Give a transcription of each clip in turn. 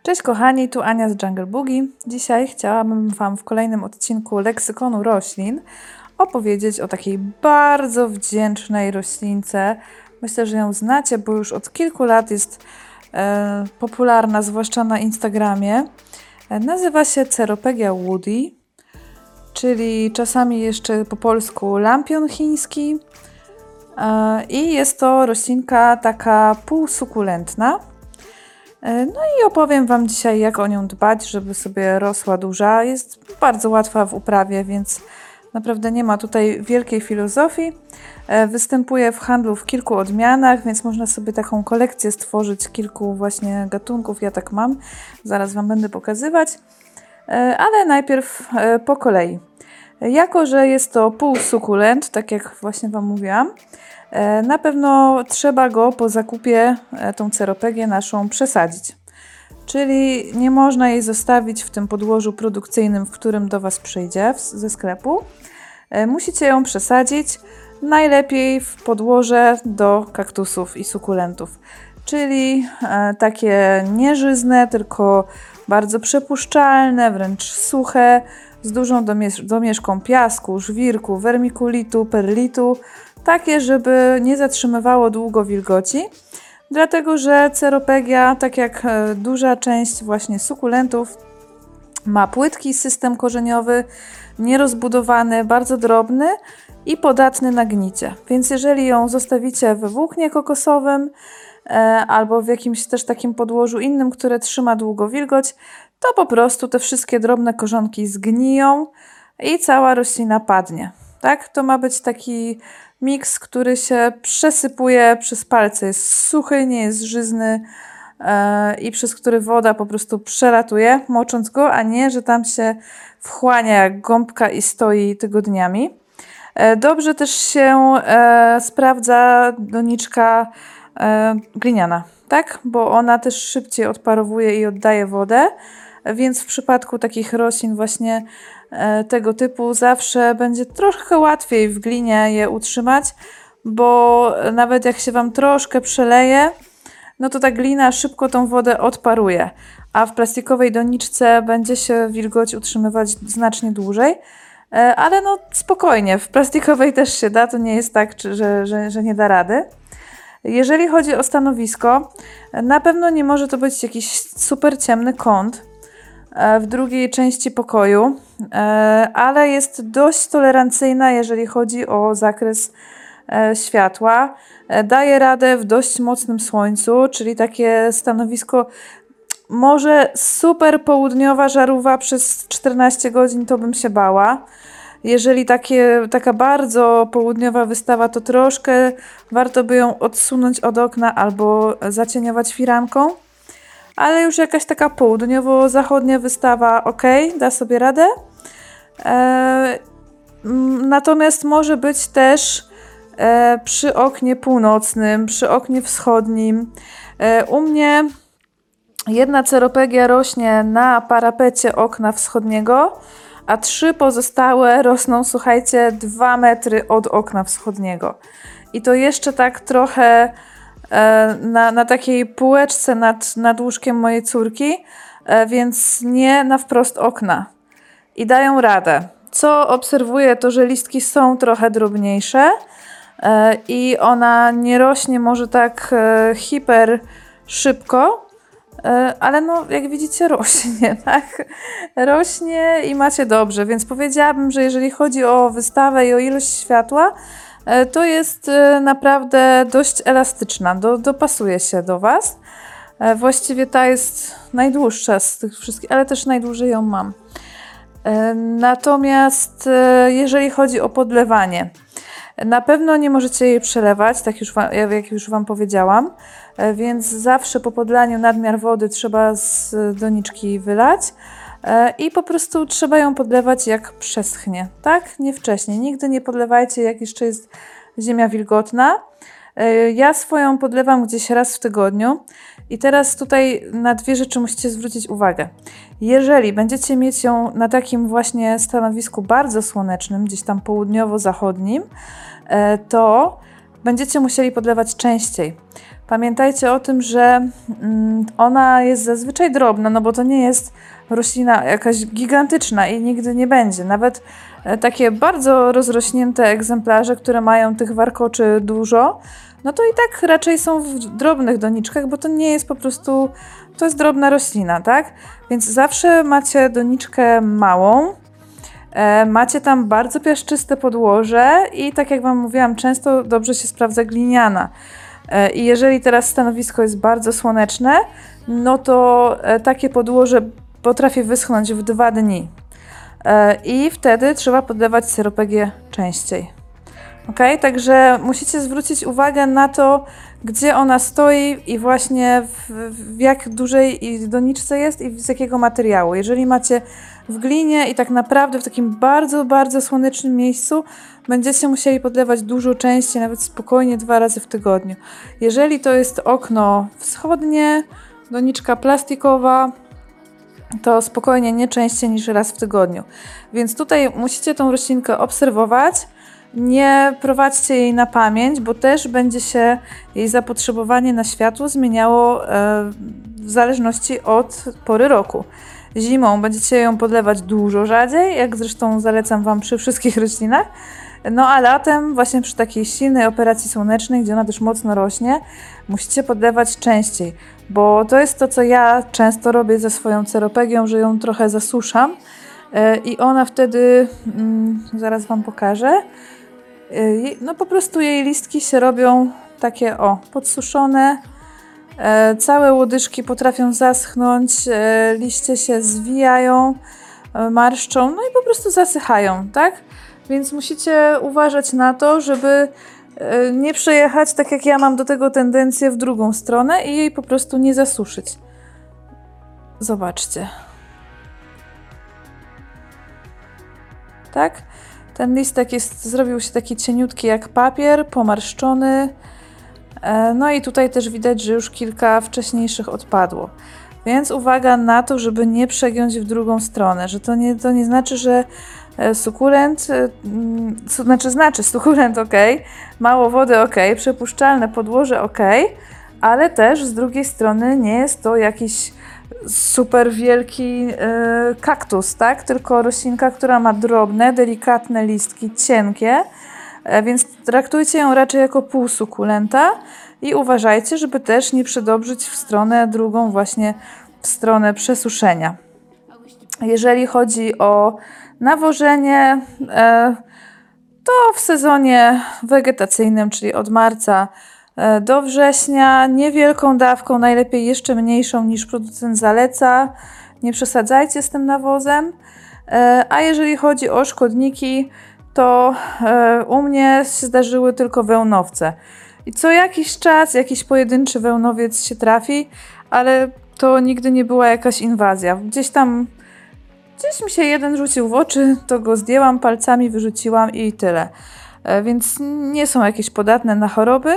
Cześć kochani, tu Ania z Jungle Boogie. Dzisiaj chciałabym Wam w kolejnym odcinku leksykonu roślin opowiedzieć o takiej bardzo wdzięcznej roślince. Myślę, że ją znacie, bo już od kilku lat jest popularna, zwłaszcza na Instagramie. Nazywa się Ceropegia woodii, czyli czasami jeszcze po polsku lampion chiński. I jest to roślinka taka półsukulentna. No i opowiem Wam dzisiaj, jak o nią dbać, żeby sobie rosła duża. Jest bardzo łatwa w uprawie, więc naprawdę nie ma tutaj wielkiej filozofii. Występuje w handlu w kilku odmianach, więc można sobie taką kolekcję stworzyć kilku właśnie gatunków. Ja tak mam, zaraz Wam będę pokazywać. Ale najpierw po kolei. Jako że jest to półsukulent, tak jak właśnie Wam mówiłam, na pewno trzeba go po zakupie, tą ceropegię naszą, przesadzić. Czyli nie można jej zostawić w tym podłożu produkcyjnym, w którym do Was przyjdzie ze sklepu. Musicie ją przesadzić, najlepiej w podłoże do kaktusów i sukulentów. Czyli takie nieżyzne, tylko bardzo przepuszczalne, wręcz suche, z dużą domieszką piasku, żwirku, wermikulitu, perlitu. Takie, żeby nie zatrzymywało długo wilgoci, dlatego że ceropegia, tak jak duża część właśnie sukulentów, ma płytki system korzeniowy, nierozbudowany, bardzo drobny i podatny na gnicie. Więc jeżeli ją zostawicie we włóknie kokosowym albo w jakimś też takim podłożu innym, które trzyma długo wilgoć, to po prostu te wszystkie drobne korzonki zgniją i cała roślina padnie. Tak? To ma być taki miks, który się przesypuje przez palce. Jest suchy, nie jest żyzny i przez który woda po prostu przelatuje, mocząc go, a nie, że tam się wchłania jak gąbka i stoi tygodniami. Dobrze też się sprawdza doniczka gliniana, tak? Bo ona też szybciej odparowuje i oddaje wodę, więc w przypadku takich roślin właśnie tego typu zawsze będzie troszkę łatwiej w glinie je utrzymać, bo nawet jak się Wam troszkę przeleje, no to ta glina szybko tą wodę odparuje, a w plastikowej doniczce będzie się wilgoć utrzymywać znacznie dłużej. Ale no spokojnie, w plastikowej też się da, to nie jest tak, że nie da rady. Jeżeli chodzi o stanowisko, na pewno nie może to być jakiś super ciemny kąt w drugiej części pokoju, ale jest dość tolerancyjna, jeżeli chodzi o zakres światła. Daje radę w dość mocnym słońcu, czyli takie stanowisko, może super południowa żarówka przez 14 godzin to bym się bała. Jeżeli taka bardzo południowa wystawa, to troszkę warto by ją odsunąć od okna albo zacieniować firanką. Ale już jakaś taka południowo-zachodnia wystawa, ok, da sobie radę. Natomiast może być też przy oknie północnym, przy oknie wschodnim. U mnie jedna ceropegia rośnie na parapecie okna wschodniego, a 3 pozostałe rosną, słuchajcie, 2 metry od okna wschodniego. I to jeszcze tak trochę na takiej półeczce nad łóżkiem mojej córki, więc nie na wprost okna. I dają radę. Co obserwuję, to że listki są trochę drobniejsze i ona nie rośnie może tak hiper szybko, ale no jak widzicie rośnie, tak? Rośnie i macie dobrze, więc powiedziałabym, że jeżeli chodzi o wystawę i o ilość światła, to jest naprawdę dość elastyczna, dopasuje się do Was. Właściwie ta jest najdłuższa z tych wszystkich, ale też najdłużej ją mam. Natomiast jeżeli chodzi o podlewanie, na pewno nie możecie jej przelewać, jak już Wam powiedziałam, więc zawsze po podlaniu nadmiar wody trzeba z doniczki wylać i po prostu trzeba ją podlewać jak przeschnie, tak? Nie wcześniej. Nigdy nie podlewajcie, jak jeszcze jest ziemia wilgotna. Ja swoją podlewam gdzieś raz w tygodniu i teraz tutaj na 2 rzeczy musicie zwrócić uwagę. Jeżeli będziecie mieć ją na takim właśnie stanowisku bardzo słonecznym, gdzieś tam południowo-zachodnim, to będziecie musieli podlewać częściej, Pamiętajcie o tym, że ona jest zazwyczaj drobna, no bo to nie jest roślina jakaś gigantyczna i nigdy nie będzie. Nawet takie bardzo rozrośnięte egzemplarze, które mają tych warkoczy dużo, no to i tak raczej są w drobnych doniczkach, bo to nie jest po prostu, to jest drobna roślina, tak? Więc zawsze macie doniczkę małą, macie tam bardzo piaszczyste podłoże i tak jak Wam mówiłam, często dobrze się sprawdza gliniana. I jeżeli teraz stanowisko jest bardzo słoneczne, no to takie podłoże potrafi wyschnąć w 2 dni. I wtedy trzeba podlewać seropegię częściej. Ok? Także musicie zwrócić uwagę na to, gdzie ona stoi i właśnie w jak dużej doniczce jest i z jakiego materiału. Jeżeli macie w glinie i tak naprawdę w takim bardzo, bardzo słonecznym miejscu, będziecie musieli podlewać dużo częściej, nawet spokojnie 2 razy w tygodniu. Jeżeli to jest okno wschodnie, doniczka plastikowa, to spokojnie nie częściej niż raz w tygodniu. Więc tutaj musicie tą roślinkę obserwować. Nie prowadźcie jej na pamięć, bo też będzie się jej zapotrzebowanie na światło zmieniało w zależności od pory roku. Zimą będziecie ją podlewać dużo rzadziej, jak zresztą zalecam Wam przy wszystkich roślinach. No a latem, właśnie przy takiej silnej operacji słonecznej, gdzie ona też mocno rośnie, musicie podlewać częściej, bo to jest to, co ja często robię ze swoją ceropegią, że ją trochę zasuszam i ona wtedy, zaraz Wam pokażę, no po prostu jej listki się robią takie podsuszone, całe łodyżki potrafią zaschnąć, liście się zwijają, marszczą, no i po prostu zasychają, tak? Więc musicie uważać na to, żeby nie przejechać, tak jak ja mam do tego tendencję, w drugą stronę i jej po prostu nie zasuszyć. Zobaczcie. Tak? Ten listek zrobił się taki cieniutki jak papier, pomarszczony. No i tutaj też widać, że już kilka wcześniejszych odpadło. Więc uwaga na to, żeby nie przegiąć w drugą stronę, że to nie znaczy, że sukulent, znaczy sukulent ok, mało wody ok, przepuszczalne podłoże ok, ale też z drugiej strony nie jest to jakiś super wielki kaktus, tak? Tylko roślinka, która ma drobne, delikatne listki, cienkie, więc traktujcie ją raczej jako półsukulenta i uważajcie, żeby też nie przedobrzyć w stronę drugą, właśnie w stronę przesuszenia. Jeżeli chodzi o nawożenie, to w sezonie wegetacyjnym, czyli od marca do września, niewielką dawką, najlepiej jeszcze mniejszą niż producent zaleca. Nie przesadzajcie z tym nawozem. A jeżeli chodzi o szkodniki, to u mnie się zdarzyły tylko wełnowce. I co jakiś czas jakiś pojedynczy wełnowiec się trafi, ale to nigdy nie była jakaś inwazja. Gdzieś mi się jeden rzucił w oczy, to go zdjęłam palcami, wyrzuciłam i tyle. Więc nie są jakieś podatne na choroby.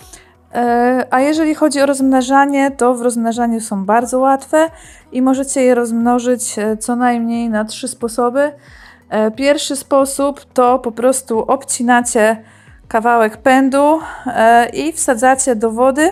A jeżeli chodzi o rozmnażanie, to w rozmnażaniu są bardzo łatwe i możecie je rozmnożyć co najmniej na 3 sposoby. Pierwszy sposób to po prostu obcinacie kawałek pędu i wsadzacie do wody.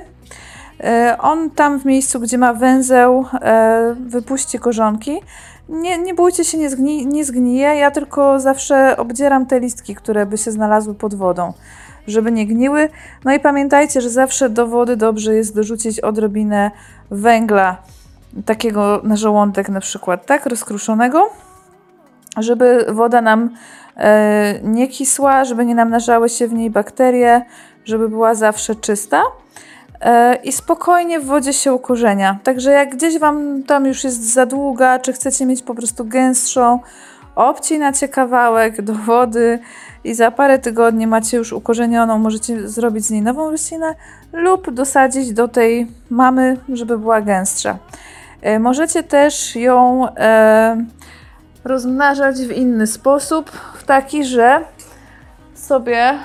On tam w miejscu, gdzie ma węzeł, wypuści korzonki. Nie bójcie się, nie zgnije. Ja tylko zawsze obdzieram te listki, które by się znalazły pod wodą, żeby nie gniły. No i pamiętajcie, że zawsze do wody dobrze jest dorzucić odrobinę węgla, takiego na żołądek na przykład, tak, rozkruszonego, żeby woda nam nie kisła, żeby nie namnażały się w niej bakterie, żeby była zawsze czysta. I spokojnie w wodzie się ukorzenia. Także jak gdzieś Wam tam już jest za długa, czy chcecie mieć po prostu gęstszą, obcinacie kawałek do wody i za parę tygodni macie już ukorzenioną, możecie zrobić z niej nową roślinę lub dosadzić do tej mamy, żeby była gęstsza. Możecie też ją rozmnażać w inny sposób, w taki, że sobie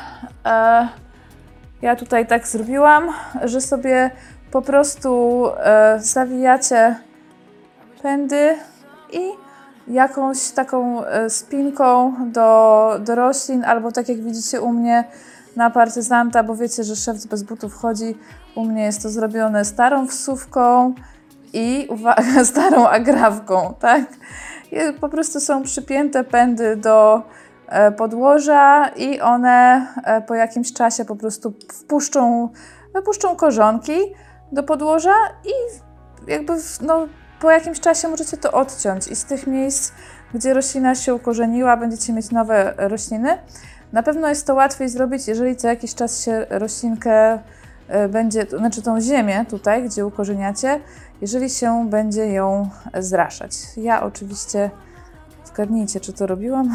ja tutaj tak zrobiłam, że sobie po prostu zawijacie pędy i jakąś taką spinką do roślin, albo tak jak widzicie u mnie na partyzanta, bo wiecie, że szef bez butów chodzi, U mnie jest to zrobione starą wsówką i uwaga, starą agrawką, tak? I po prostu są przypięte pędy do podłoża i one po jakimś czasie po prostu wypuszczą korzonki do podłoża i jakby po jakimś czasie możecie to odciąć i z tych miejsc, gdzie roślina się ukorzeniła, będziecie mieć nowe rośliny. Na pewno jest to łatwiej zrobić, jeżeli co jakiś czas się roślinkę będzie, znaczy tą ziemię tutaj, gdzie ukorzeniacie, jeżeli się będzie ją zraszać. Ja oczywiście, zgadnijcie, czy to robiłam,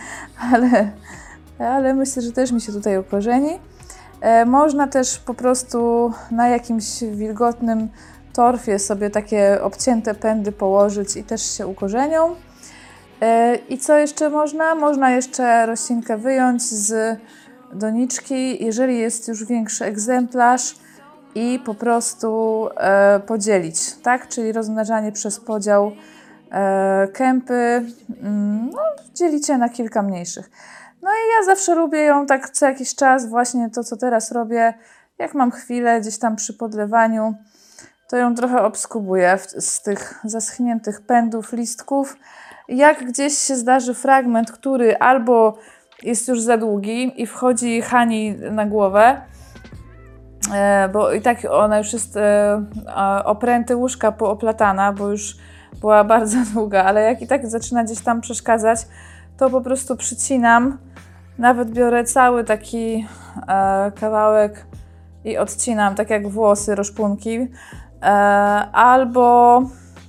ale myślę, że też mi się tutaj ukorzeni. Można też po prostu na jakimś wilgotnym torfie sobie takie obcięte pędy położyć i też się ukorzenią. I co jeszcze można? Można jeszcze roślinkę wyjąć z doniczki, jeżeli jest już większy egzemplarz i po prostu podzielić, tak? Czyli rozmnażanie przez podział kępy, dzielicie na kilka mniejszych. No i ja zawsze lubię ją tak co jakiś czas, właśnie to co teraz robię, jak mam chwilę gdzieś tam przy podlewaniu, to ją trochę obskubuję z tych zaschniętych pędów, listków. Jak gdzieś się zdarzy fragment, który albo jest już za długi i wchodzi Hani na głowę, bo i tak ona już jest o pręty łóżka pooplatana, bo już była bardzo długa, ale jak i tak zaczyna gdzieś tam przeszkadzać, to po prostu przycinam, nawet biorę cały taki kawałek i odcinam, tak jak włosy, roszpunki, albo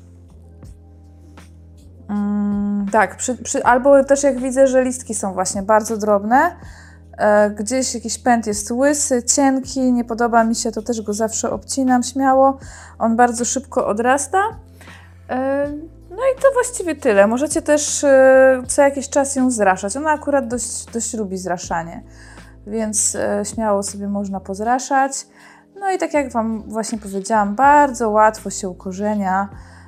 albo też jak widzę, że listki są właśnie bardzo drobne, gdzieś jakiś pęd jest łysy, cienki, nie podoba mi się, to też go zawsze obcinam śmiało, on bardzo szybko odrasta. No i to właściwie tyle. Możecie też co jakiś czas ją zraszać. Ona akurat dość lubi zraszanie, więc śmiało sobie można pozraszać. No i tak jak Wam właśnie powiedziałam, bardzo łatwo się ukorzenia.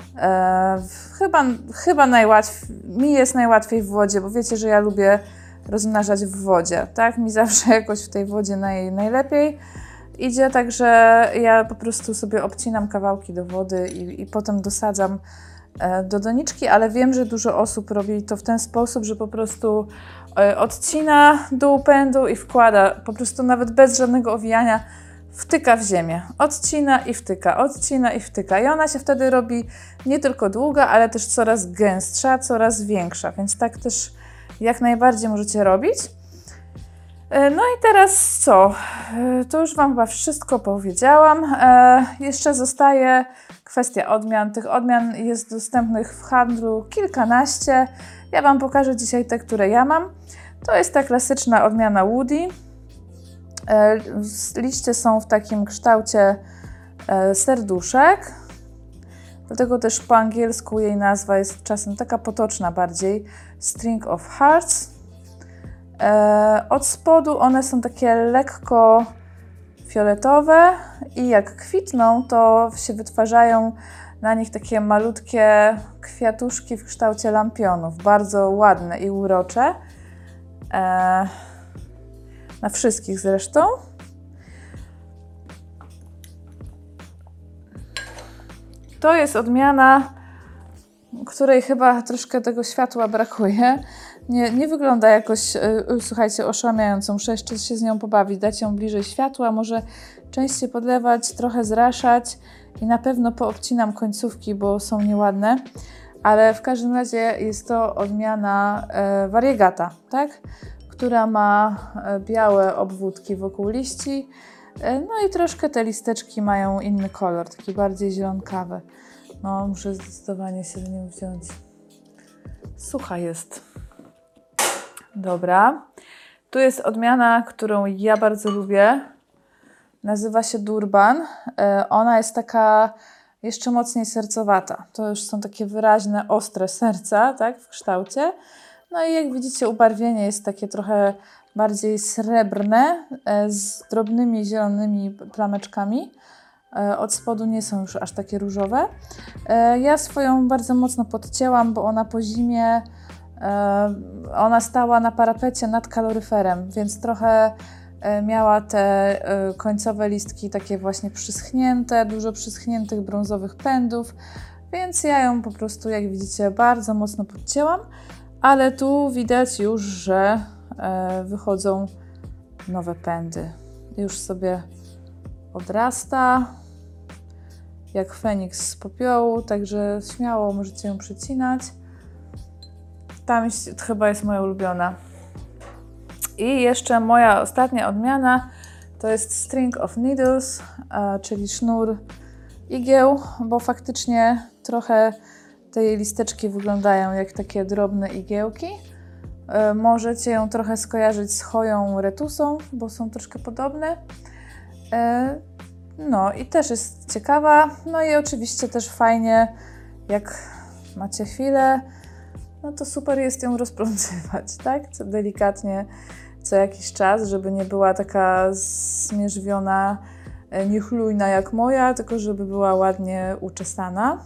Chyba mi jest najłatwiej w wodzie, bo wiecie, że ja lubię rozmnażać w wodzie, tak? Mi zawsze jakoś w tej wodzie najlepiej idzie, także ja po prostu sobie obcinam kawałki do wody i potem dosadzam do doniczki, ale wiem, że dużo osób robi to w ten sposób, że po prostu odcina dół pędu i wkłada, po prostu nawet bez żadnego owijania, wtyka w ziemię. Odcina i wtyka, odcina i wtyka. I ona się wtedy robi nie tylko długa, ale też coraz gęstsza, coraz większa, więc tak też jak najbardziej możecie robić. No i teraz co? To już Wam chyba wszystko powiedziałam. Jeszcze zostaje kwestia odmian. Tych odmian jest dostępnych w handlu kilkanaście. Ja Wam pokażę dzisiaj te, które ja mam. To jest ta klasyczna odmiana Woody. Liście są w takim kształcie serduszek. Dlatego też po angielsku jej nazwa jest czasem taka potoczna bardziej. String of Hearts. Od spodu one są takie lekko fioletowe i jak kwitną, to się wytwarzają na nich takie malutkie kwiatuszki w kształcie lampionów. Bardzo ładne i urocze. Na wszystkich zresztą. To jest odmiana, której chyba troszkę tego światła brakuje. Nie wygląda jakoś, słuchajcie, oszałamiająco. Muszę jeszcze się z nią pobawić, dać ją bliżej światła, może częściej podlewać, trochę zraszać i na pewno poobcinam końcówki, bo są nieładne. Ale w każdym razie jest to odmiana variegata, tak? Która ma białe obwódki wokół liści. No i troszkę te listeczki mają inny kolor, taki bardziej zielonkawy. No, muszę zdecydowanie się za nią wziąć. Sucha jest. Dobra. Tu jest odmiana, którą ja bardzo lubię. Nazywa się Durban. Ona jest taka jeszcze mocniej sercowata. To już są takie wyraźne, ostre serca, tak, w kształcie. No i jak widzicie, ubarwienie jest takie trochę bardziej srebrne, z drobnymi zielonymi plameczkami. Od spodu nie są już aż takie różowe. Ja swoją bardzo mocno podcięłam, bo ona po zimie ona stała na parapecie nad kaloryferem, więc trochę miała te końcowe listki takie właśnie przyschnięte, dużo przyschniętych brązowych pędów, więc ja ją po prostu, jak widzicie, bardzo mocno podcięłam, ale tu widać już, że wychodzą nowe pędy. Już sobie odrasta jak feniks z popiołu, także śmiało możecie ją przycinać. Ta chyba jest moja ulubiona. I jeszcze moja ostatnia odmiana to jest String of Needles, czyli sznur igieł, bo faktycznie trochę te jej listeczki wyglądają jak takie drobne igiełki. Możecie ją trochę skojarzyć z choją retusą, bo są troszkę podobne. No i też jest ciekawa. No i oczywiście też fajnie, jak macie chwilę, no to super jest ją rozplątywać, tak? Delikatnie co jakiś czas, żeby nie była taka zmierzwiona, niechlujna jak moja, tylko żeby była ładnie uczesana.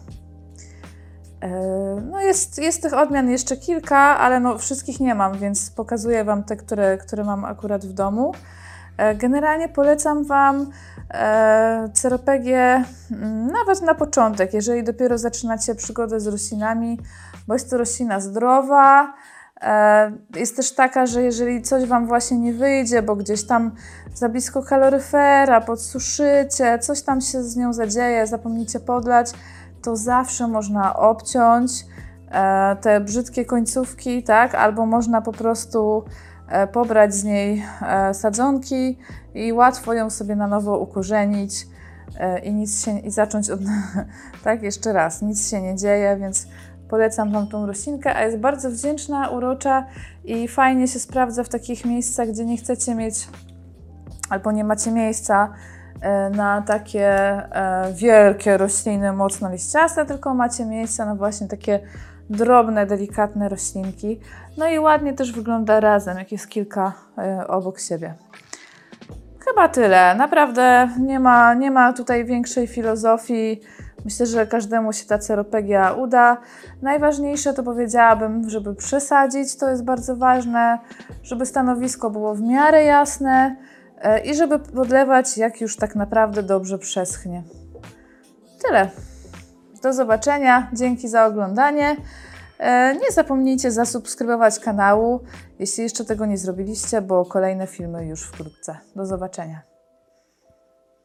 No jest tych odmian jeszcze kilka, ale no wszystkich nie mam, więc pokazuję Wam te, które mam akurat w domu. Generalnie polecam Wam ceropegię nawet na początek, jeżeli dopiero zaczynacie przygodę z roślinami, bo jest to roślina zdrowa. Jest też taka, że jeżeli coś Wam właśnie nie wyjdzie, bo gdzieś tam za blisko kaloryfera, podsuszycie, coś tam się z nią zadzieje, zapomnicie podlać, to zawsze można obciąć te brzydkie końcówki, tak? Albo można po prostu pobrać z niej sadzonki i łatwo ją sobie na nowo ukorzenić i zacząć od... tak, jeszcze raz, nic się nie dzieje, więc polecam Wam tą roślinkę, a jest bardzo wdzięczna, urocza i fajnie się sprawdza w takich miejscach, gdzie nie chcecie mieć albo nie macie miejsca na takie wielkie rośliny mocno liściaste, tylko macie miejsce na właśnie takie drobne, delikatne roślinki. No i ładnie też wygląda razem, jak jest kilka obok siebie. Chyba tyle. Naprawdę nie ma tutaj większej filozofii. Myślę, że każdemu się ta ceropegia uda. Najważniejsze to powiedziałabym, żeby przesadzić, to jest bardzo ważne, żeby stanowisko było w miarę jasne i żeby podlewać, jak już tak naprawdę dobrze przeschnie. Tyle. Do zobaczenia. Dzięki za oglądanie. Nie zapomnijcie zasubskrybować kanału, jeśli jeszcze tego nie zrobiliście, bo kolejne filmy już wkrótce. Do zobaczenia.